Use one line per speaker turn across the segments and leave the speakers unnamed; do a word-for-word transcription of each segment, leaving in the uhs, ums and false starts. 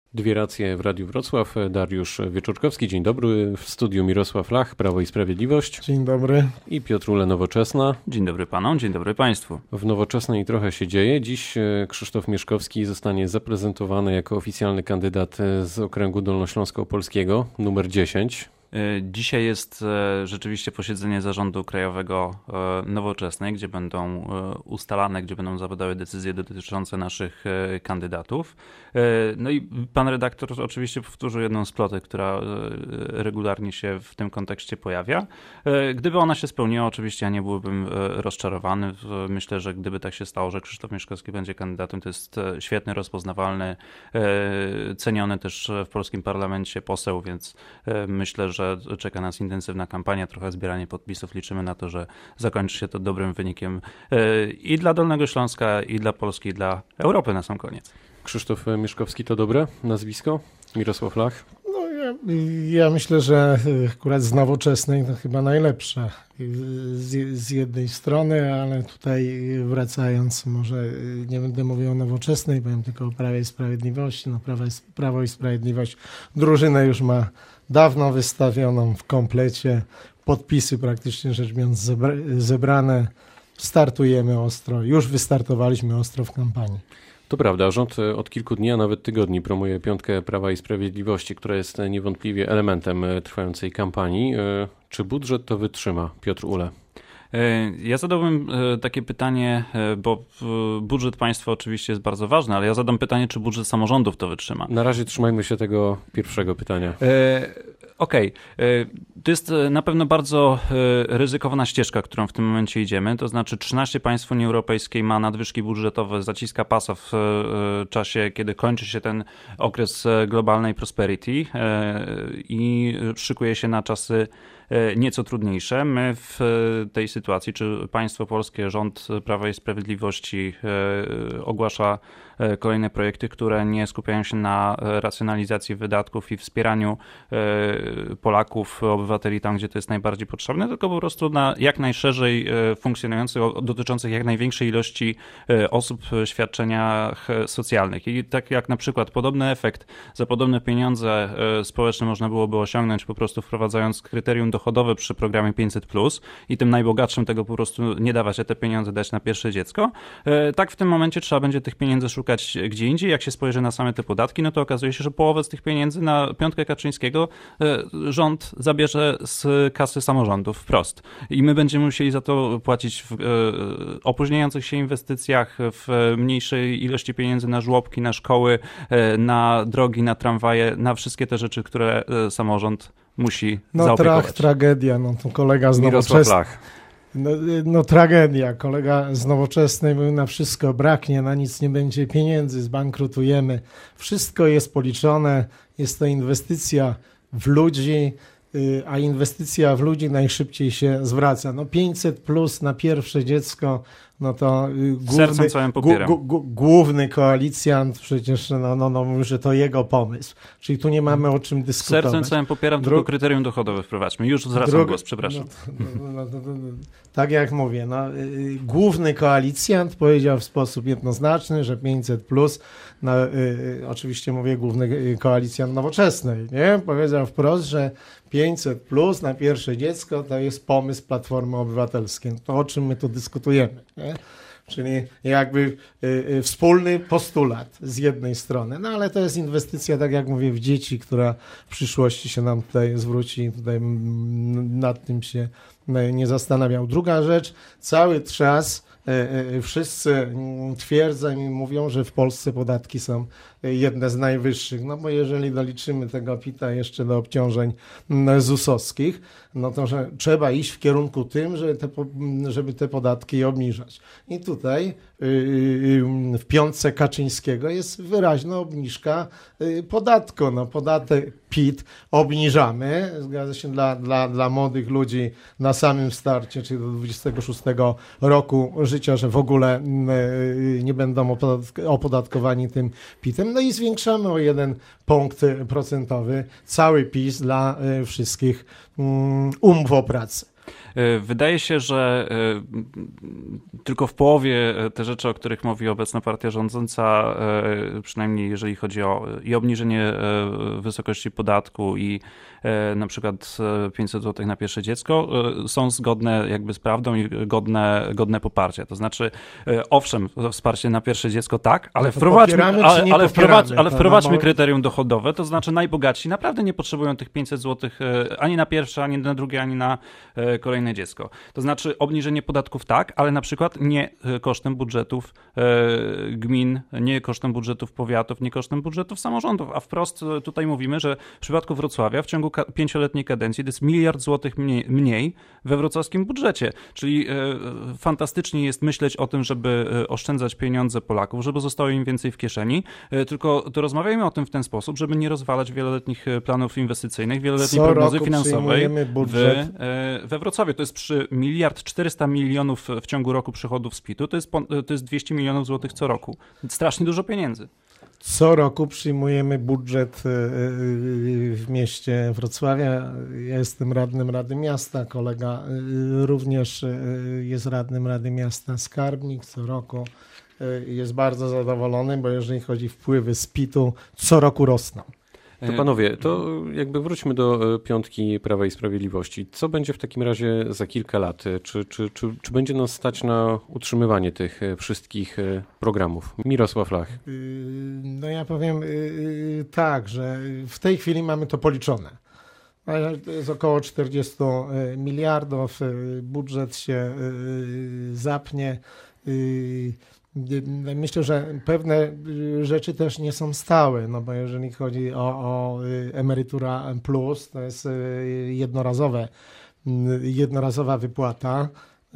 Dwie racje w Radiu Wrocław. Dariusz Wieczorkowski, dzień dobry. W studiu Mirosław Lach, Prawo i Sprawiedliwość.
Dzień dobry.
I Piotr Ule, Nowoczesna.
Dzień dobry panom, dzień dobry państwu.
W Nowoczesnej trochę się dzieje. Dziś Krzysztof Mieszkowski zostanie zaprezentowany jako oficjalny kandydat z okręgu dolnośląsko-opolskiego, numer dziesięć.
Dzisiaj jest rzeczywiście posiedzenie Zarządu Krajowego Nowoczesnej, gdzie będą ustalane, gdzie będą zapadały decyzje dotyczące naszych kandydatów. No i pan redaktor oczywiście powtórzył jedną z plotek, która regularnie się w tym kontekście pojawia. Gdyby ona się spełniła, oczywiście ja nie byłbym rozczarowany. Myślę, że gdyby tak się stało, że Krzysztof Mieszkowski będzie kandydatem, to jest świetny, rozpoznawalny, ceniony też w polskim parlamencie poseł, więc myślę, że że czeka nas intensywna kampania, trochę zbieranie podpisów. Liczymy na to, że zakończy się to dobrym wynikiem i dla Dolnego Śląska, i dla Polski, i dla Europy na sam koniec.
Krzysztof Mieszkowski to dobre nazwisko? Mirosław Lach?
No ja, ja myślę, że akurat z Nowoczesnej to chyba najlepsze z, z jednej strony, ale tutaj wracając, może nie będę mówił o Nowoczesnej, powiem tylko o Prawie i Sprawiedliwości. No, Prawo, Prawo i Sprawiedliwość drużynę już ma dawno wystawioną w komplecie, podpisy praktycznie rzecz biorąc zebra, zebrane, startujemy ostro, już wystartowaliśmy ostro w kampanii.
To prawda, rząd od kilku dni, a nawet tygodni promuje piątkę Prawa i Sprawiedliwości, która jest niewątpliwie elementem trwającej kampanii. Czy budżet to wytrzyma? Piotr Ule.
Ja zadałbym takie pytanie, bo budżet państwa oczywiście jest bardzo ważny, ale ja zadam pytanie, czy budżet samorządów to wytrzyma.
Na razie trzymajmy się tego pierwszego pytania.
Okej, okay. To jest na pewno bardzo ryzykowna ścieżka, którą w tym momencie idziemy. To znaczy trzynaście państw Unii Europejskiej ma nadwyżki budżetowe, zaciska pasa w czasie, kiedy kończy się ten okres globalnej prosperity i szykuje się na czasy nieco trudniejsze. My w tej sytuacji, czy państwo polskie, rząd Prawa i Sprawiedliwości ogłasza kolejne projekty, które nie skupiają się na racjonalizacji wydatków i wspieraniu Polaków, obywateli tam, gdzie to jest najbardziej potrzebne, tylko po prostu na jak najszerzej funkcjonujących, dotyczących jak największej ilości osób w świadczeniach socjalnych. I tak jak na przykład podobny efekt za podobne pieniądze społeczne można byłoby osiągnąć po prostu wprowadzając kryterium dochodowe przy programie pięćset plus i tym najbogatszym tego po prostu nie dawać, a te pieniądze dać na pierwsze dziecko, tak w tym momencie trzeba będzie tych pieniędzy szukać gdzie indziej. Jak się spojrzy na same te podatki, no to okazuje się, że połowę z tych pieniędzy na piątkę Kaczyńskiego rząd zabierze z kasy samorządów wprost. I my będziemy musieli za to płacić w opóźniających się inwestycjach, w mniejszej ilości pieniędzy na żłobki, na szkoły, na drogi, na tramwaje, na wszystkie te rzeczy, które samorząd musi
no,
zaopiekować.
Trach, tragedia, no to kolega z
Mirosław
Nowoczesnej.
Lach.
No, no tragedia, kolega z Nowoczesnej mówił, na wszystko braknie, na nic nie będzie pieniędzy, zbankrutujemy. Wszystko jest policzone, jest to inwestycja w ludzi, a inwestycja w ludzi najszybciej się zwraca. No pięćset plus na pierwsze dziecko, no to główny,
całym popieram.
Gu, gu, główny koalicjant przecież no, no, no, mówi, że to jego pomysł. Czyli tu nie mamy o czym dyskutować.
Sercem całym popieram,
Dru...
tylko kryterium dochodowe wprowadźmy. Już zwracam Drugi... głos, przepraszam.
No, no, no, no, no, tak jak mówię, no, y, główny koalicjant powiedział w sposób jednoznaczny, że pięćset plus, no, y, y, oczywiście mówię główny koalicjant Nowoczesnej, nie? Powiedział wprost, że pięćset plus na pierwsze dziecko to jest pomysł Platformy Obywatelskiej. To o czym my tu dyskutujemy, nie? Czyli jakby y, y, wspólny postulat z jednej strony, no ale to jest inwestycja, tak jak mówię, w dzieci, która w przyszłości się nam tutaj zwróci, tutaj m, nad tym się nie zastanawiał. Druga rzecz, cały czas y, y, wszyscy twierdzą i mówią, że w Polsce podatki są jedne z najwyższych, no bo jeżeli doliczymy tego pita jeszcze do obciążeń zusowskich, no to że trzeba iść w kierunku tym, żeby te, żeby te podatki obniżać. I tutaj w piątce Kaczyńskiego jest wyraźna obniżka podatku. No, podatek pit obniżamy, zgadza się, dla, dla, dla młodych ludzi na samym starcie, czyli do dwudziestego szóstego roku życia, że w ogóle nie będą opodatkowani tym pitem. No i zwiększamy o jeden punkt procentowy cały PiS dla wszystkich umów o pracę.
Wydaje się, że tylko w połowie te rzeczy, o których mówi obecna partia rządząca, przynajmniej jeżeli chodzi o i obniżenie wysokości podatku i na przykład pięćset złotych na pierwsze dziecko, są zgodne jakby z prawdą i godne, godne poparcia. To znaczy, owszem, wsparcie na pierwsze dziecko tak, ale, wprowadźmy, ale, ale, wprowadź, ale wprowadźmy kryterium dochodowe, to znaczy najbogatsi naprawdę nie potrzebują tych pięćset złotych ani na pierwsze, ani na drugie, ani na kolejne dziecko. To znaczy obniżenie podatków tak, ale na przykład nie kosztem budżetów gmin, nie kosztem budżetów powiatów, nie kosztem budżetów samorządów, a wprost tutaj mówimy, że w przypadku Wrocławia w ciągu pięcioletniej kadencji to jest miliard złotych mniej, mniej we wrocławskim budżecie, czyli fantastycznie jest myśleć o tym, żeby oszczędzać pieniądze Polaków, żeby zostało im więcej w kieszeni, tylko to rozmawiajmy o tym w ten sposób, żeby nie rozwalać wieloletnich planów inwestycyjnych, wieloletniej prognozy finansowej w, we Wrocławiu. To jest przy miliard czterysta milionów w ciągu roku przychodów z pitu, to jest, to jest dwieście milionów złotych co roku. Strasznie dużo pieniędzy.
Co roku przyjmujemy budżet w mieście Wrocławia. Ja jestem radnym Rady Miasta, kolega również jest radnym Rady Miasta, skarbnik. Co roku jest bardzo zadowolony, bo jeżeli chodzi o wpływy z pitu, co roku rosną.
To panowie, to jakby wróćmy do piątki Prawa i Sprawiedliwości. Co będzie w takim razie za kilka lat? Czy, czy, czy, czy będzie nas stać na utrzymywanie tych wszystkich programów? Mirosław Lach.
No ja powiem tak, że w tej chwili mamy to policzone. To jest około czterdzieści miliardów, budżet się zapnie. Myślę, że pewne rzeczy też nie są stałe, no bo jeżeli chodzi o, o emerytura plus, to jest jednorazowe, jednorazowa wypłata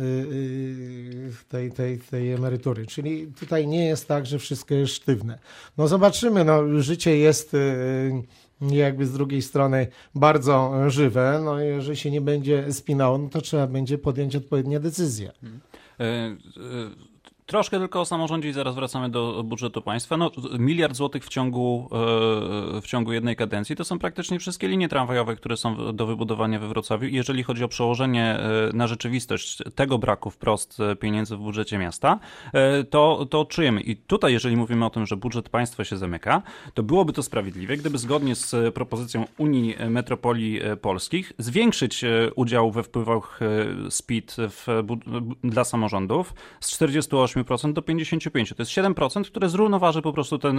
tej, tej, tej emerytury, czyli tutaj nie jest tak, że wszystko jest sztywne. No zobaczymy, no życie jest jakby z drugiej strony bardzo żywe, no jeżeli się nie będzie spinało, no to trzeba będzie podjąć odpowiednie decyzje. Hmm.
Troszkę tylko o samorządzie i zaraz wracamy do budżetu państwa. No, miliard złotych w ciągu, w ciągu jednej kadencji to są praktycznie wszystkie linie tramwajowe, które są do wybudowania we Wrocławiu. I jeżeli chodzi o przełożenie na rzeczywistość tego braku wprost pieniędzy w budżecie miasta, to, to czujemy. I tutaj, jeżeli mówimy o tym, że budżet państwa się zamyka, to byłoby to sprawiedliwe, gdyby zgodnie z propozycją Unii Metropolii Polskich zwiększyć udział we wpływach z PIT w, dla samorządów z czterdziestu ośmiu procent do pięćdziesięciu pięciu procent. To jest siedem procent, które zrównoważy po prostu ten,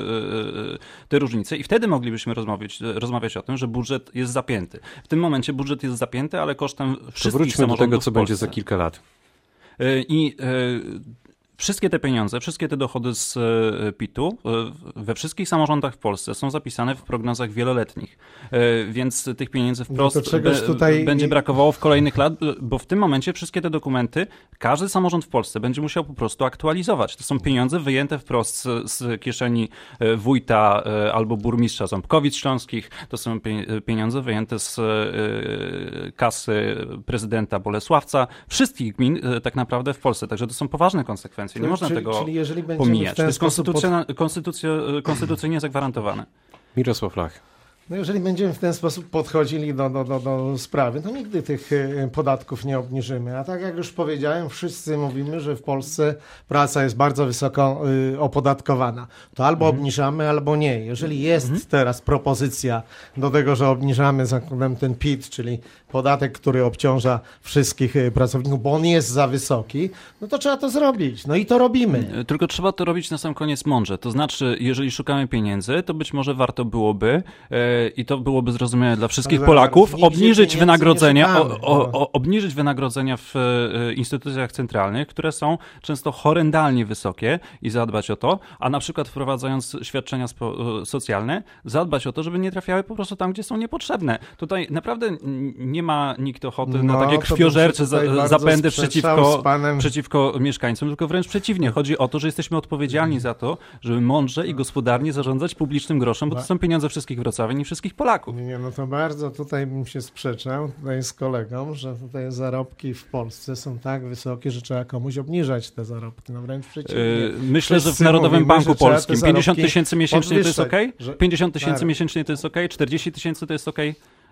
te różnice i wtedy moglibyśmy rozmawiać, rozmawiać o tym, że budżet jest zapięty. W tym momencie budżet jest zapięty, ale kosztem wszystkich
samorządów. Wróćmy do tego, co będzie za kilka lat.
I wszystkie te pieniądze, wszystkie te dochody z pitu we wszystkich samorządach w Polsce są zapisane w prognozach wieloletnich, więc tych pieniędzy wprost no be, tutaj... będzie brakowało w kolejnych lat, bo w tym momencie wszystkie te dokumenty każdy samorząd w Polsce będzie musiał po prostu aktualizować. To są pieniądze wyjęte wprost z, z kieszeni wójta albo burmistrza Ząbkowic Śląskich, to są pieniądze wyjęte z kasy prezydenta Bolesławca, wszystkich gmin tak naprawdę w Polsce, także to są poważne konsekwencje. Nie można
czyli,
tego
czyli jeżeli
pomijać. To jest konstytucja, konstytucja, konstytucyjnie zagwarantowane.
Mirosław Lach.
No jeżeli będziemy w ten sposób podchodzili do, do, do, do sprawy, to nigdy tych podatków nie obniżymy. A tak jak już powiedziałem, wszyscy mówimy, że w Polsce praca jest bardzo wysoko opodatkowana. To albo mhm. obniżamy, albo nie. Jeżeli jest mhm. teraz propozycja do tego, że obniżamy zakładam ten PIT, czyli podatek, który obciąża wszystkich pracowników, bo on jest za wysoki, no to trzeba to zrobić. No i to robimy.
Tylko trzeba to robić na sam koniec mądrze. To znaczy, jeżeli szukamy pieniędzy, to być może warto byłoby i to byłoby zrozumiałe dla wszystkich ale Polaków, obniżyć wynagrodzenia, o, o, o, obniżyć wynagrodzenia w instytucjach centralnych, które są często horrendalnie wysokie i zadbać o to, a na przykład wprowadzając świadczenia spo, socjalne, zadbać o to, żeby nie trafiały po prostu tam, gdzie są niepotrzebne. Tutaj naprawdę nie ma nikt ochoty no, na takie krwiożercze za, zapędy przeciwko, przeciwko mieszkańcom, tylko wręcz przeciwnie. Chodzi o to, że jesteśmy odpowiedzialni za to, żeby mądrze i gospodarnie zarządzać publicznym groszem, bo to są pieniądze wszystkich wrocławian i wszystkich Polaków.
Nie, no to bardzo tutaj bym się sprzeczał tutaj z kolegą, że tutaj zarobki w Polsce są tak wysokie, że trzeba komuś obniżać te zarobki. No wręcz przeciwnie. Yy,
myślę, że w Narodowym mówimy, Banku Polskim pięćdziesiąt tysięcy miesięcznie to jest okej? pięćdziesiąt tysięcy miesięcznie to jest okej? czterdzieści tysięcy to jest okej?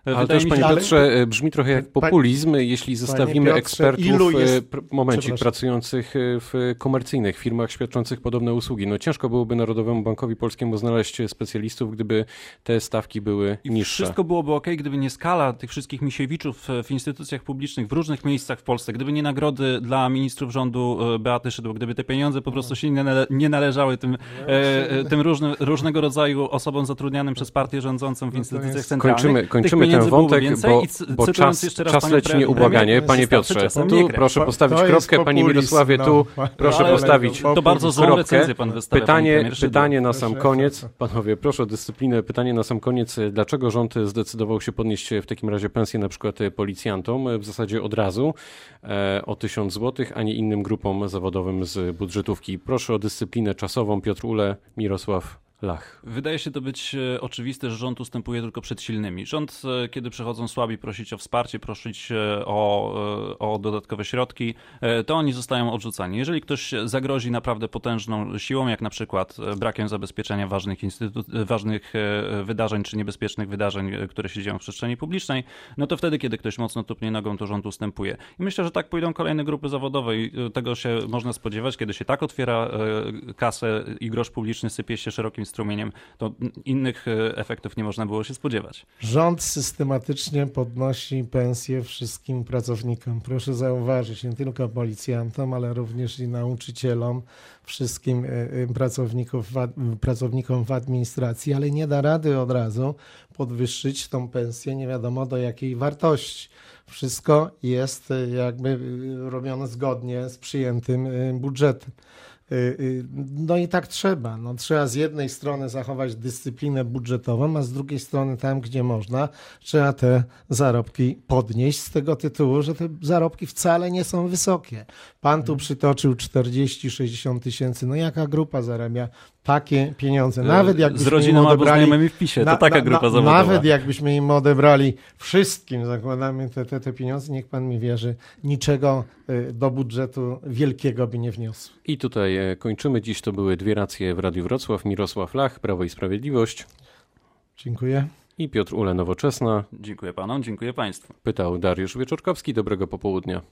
Ale
Wydaje
to już,
mi
panie
się,
ale-
Piotrze, brzmi trochę jak
Pa-
populizm, jeśli zestawimy
Piotrze,
ekspertów,
ilu jest-
e, pr- momencik,
Przepraszam.
pracujących e, w komercyjnych firmach świadczących podobne usługi. No ciężko byłoby Narodowemu Bankowi Polskiemu znaleźć specjalistów, gdyby te stawki były
I
niższe.
wszystko byłoby ok, gdyby nie skala tych wszystkich misiewiczów w instytucjach publicznych w różnych miejscach w Polsce, gdyby nie nagrody dla ministrów rządu e, Beaty Szydło, gdyby te pieniądze po prostu się nie, nale- nie należały tym, e, e, tym różne, różnego rodzaju osobom zatrudnianym przez partię rządzącą w
No to
instytucjach
jest-
centralnych.
Kończymy,
Tych
kończymy ten
pieniędzy byłoby
wątek,
więcej
bo,
i c-
bo
cytując
czas,
jeszcze raz
czas
panią
leci
pre-
nieubłaganie.
premier,
Panie
wystarczy
Piotrze,
czasem
tu
nie grać.
proszę
To-
postawić
to jest
kropkę. Panie
populizm,
Mirosławie,
no.
tu
No,
proszę
ale-
postawić
To bardzo złą
kropkę.
recenzję pan wystawia, panie
Pytanie,
premier Szydło.
pytanie na sam
Proszę.
koniec. Panowie, proszę o dyscyplinę. Pytanie na sam koniec. Dlaczego rząd zdecydował się podnieść w takim razie pensję na przykład policjantom w zasadzie od razu e, o tysiąc złotych, a nie innym grupom zawodowym z budżetówki? Proszę o dyscyplinę czasową. Piotr Ule, Mirosław Lach.
Wydaje się to być e, oczywiste, że rząd ustępuje tylko przed silnymi. Rząd, e, kiedy przychodzą słabi prosić o wsparcie, prosić e, o, e, o dodatkowe środki, e, to oni zostają odrzucani. Jeżeli ktoś zagrozi naprawdę potężną siłą, jak na przykład e, brakiem zabezpieczenia ważnych, instytu- ważnych e, wydarzeń czy niebezpiecznych wydarzeń, e, które się dzieją w przestrzeni publicznej, no to wtedy, kiedy ktoś mocno tupnie nogą, to rząd ustępuje. I myślę, że tak pójdą kolejne grupy zawodowe i e, tego się można spodziewać, kiedy się tak otwiera e, kasę i grosz publiczny sypie się szerokim strumieniem, to innych e, efektów nie można było się spodziewać.
Rząd systematycznie podnosi pensje wszystkim pracownikom. Proszę zauważyć, nie tylko policjantom, ale również i nauczycielom, wszystkim e, e, pracowników, w ad- pracownikom w administracji, ale nie da rady od razu podwyższyć tą pensję nie wiadomo do jakiej wartości. Wszystko jest e, jakby e, robione zgodnie z przyjętym e, budżetem. Y, y, No i tak trzeba. No, trzeba z jednej strony zachować dyscyplinę budżetową, a z drugiej strony tam, gdzie można, trzeba te zarobki podnieść z tego tytułu, że te zarobki wcale nie są wysokie. Pan tu przytoczył czterdzieści sześćdziesiąt tysięcy. No jaka grupa zarabia takie pieniądze? Nawet
Z
jakbyśmy im
rodziną albo
odebrali...
znajomymi w PiSie, to
na-
taka
na-
grupa
na-
zawodowa.
Nawet jakbyśmy im odebrali wszystkim, zakładamy te, te, te pieniądze, niech pan mi wierzy, niczego y, do budżetu wielkiego by nie wniosł.
I tutaj e, kończymy. Dziś to były dwie racje w Radiu Wrocław. Mirosław Lach, Prawo i Sprawiedliwość
Dziękuję.
i Piotr Ule, Nowoczesna.
Dziękuję panom, dziękuję państwu.
Pytał Dariusz Wieczorkowski. Dobrego popołudnia.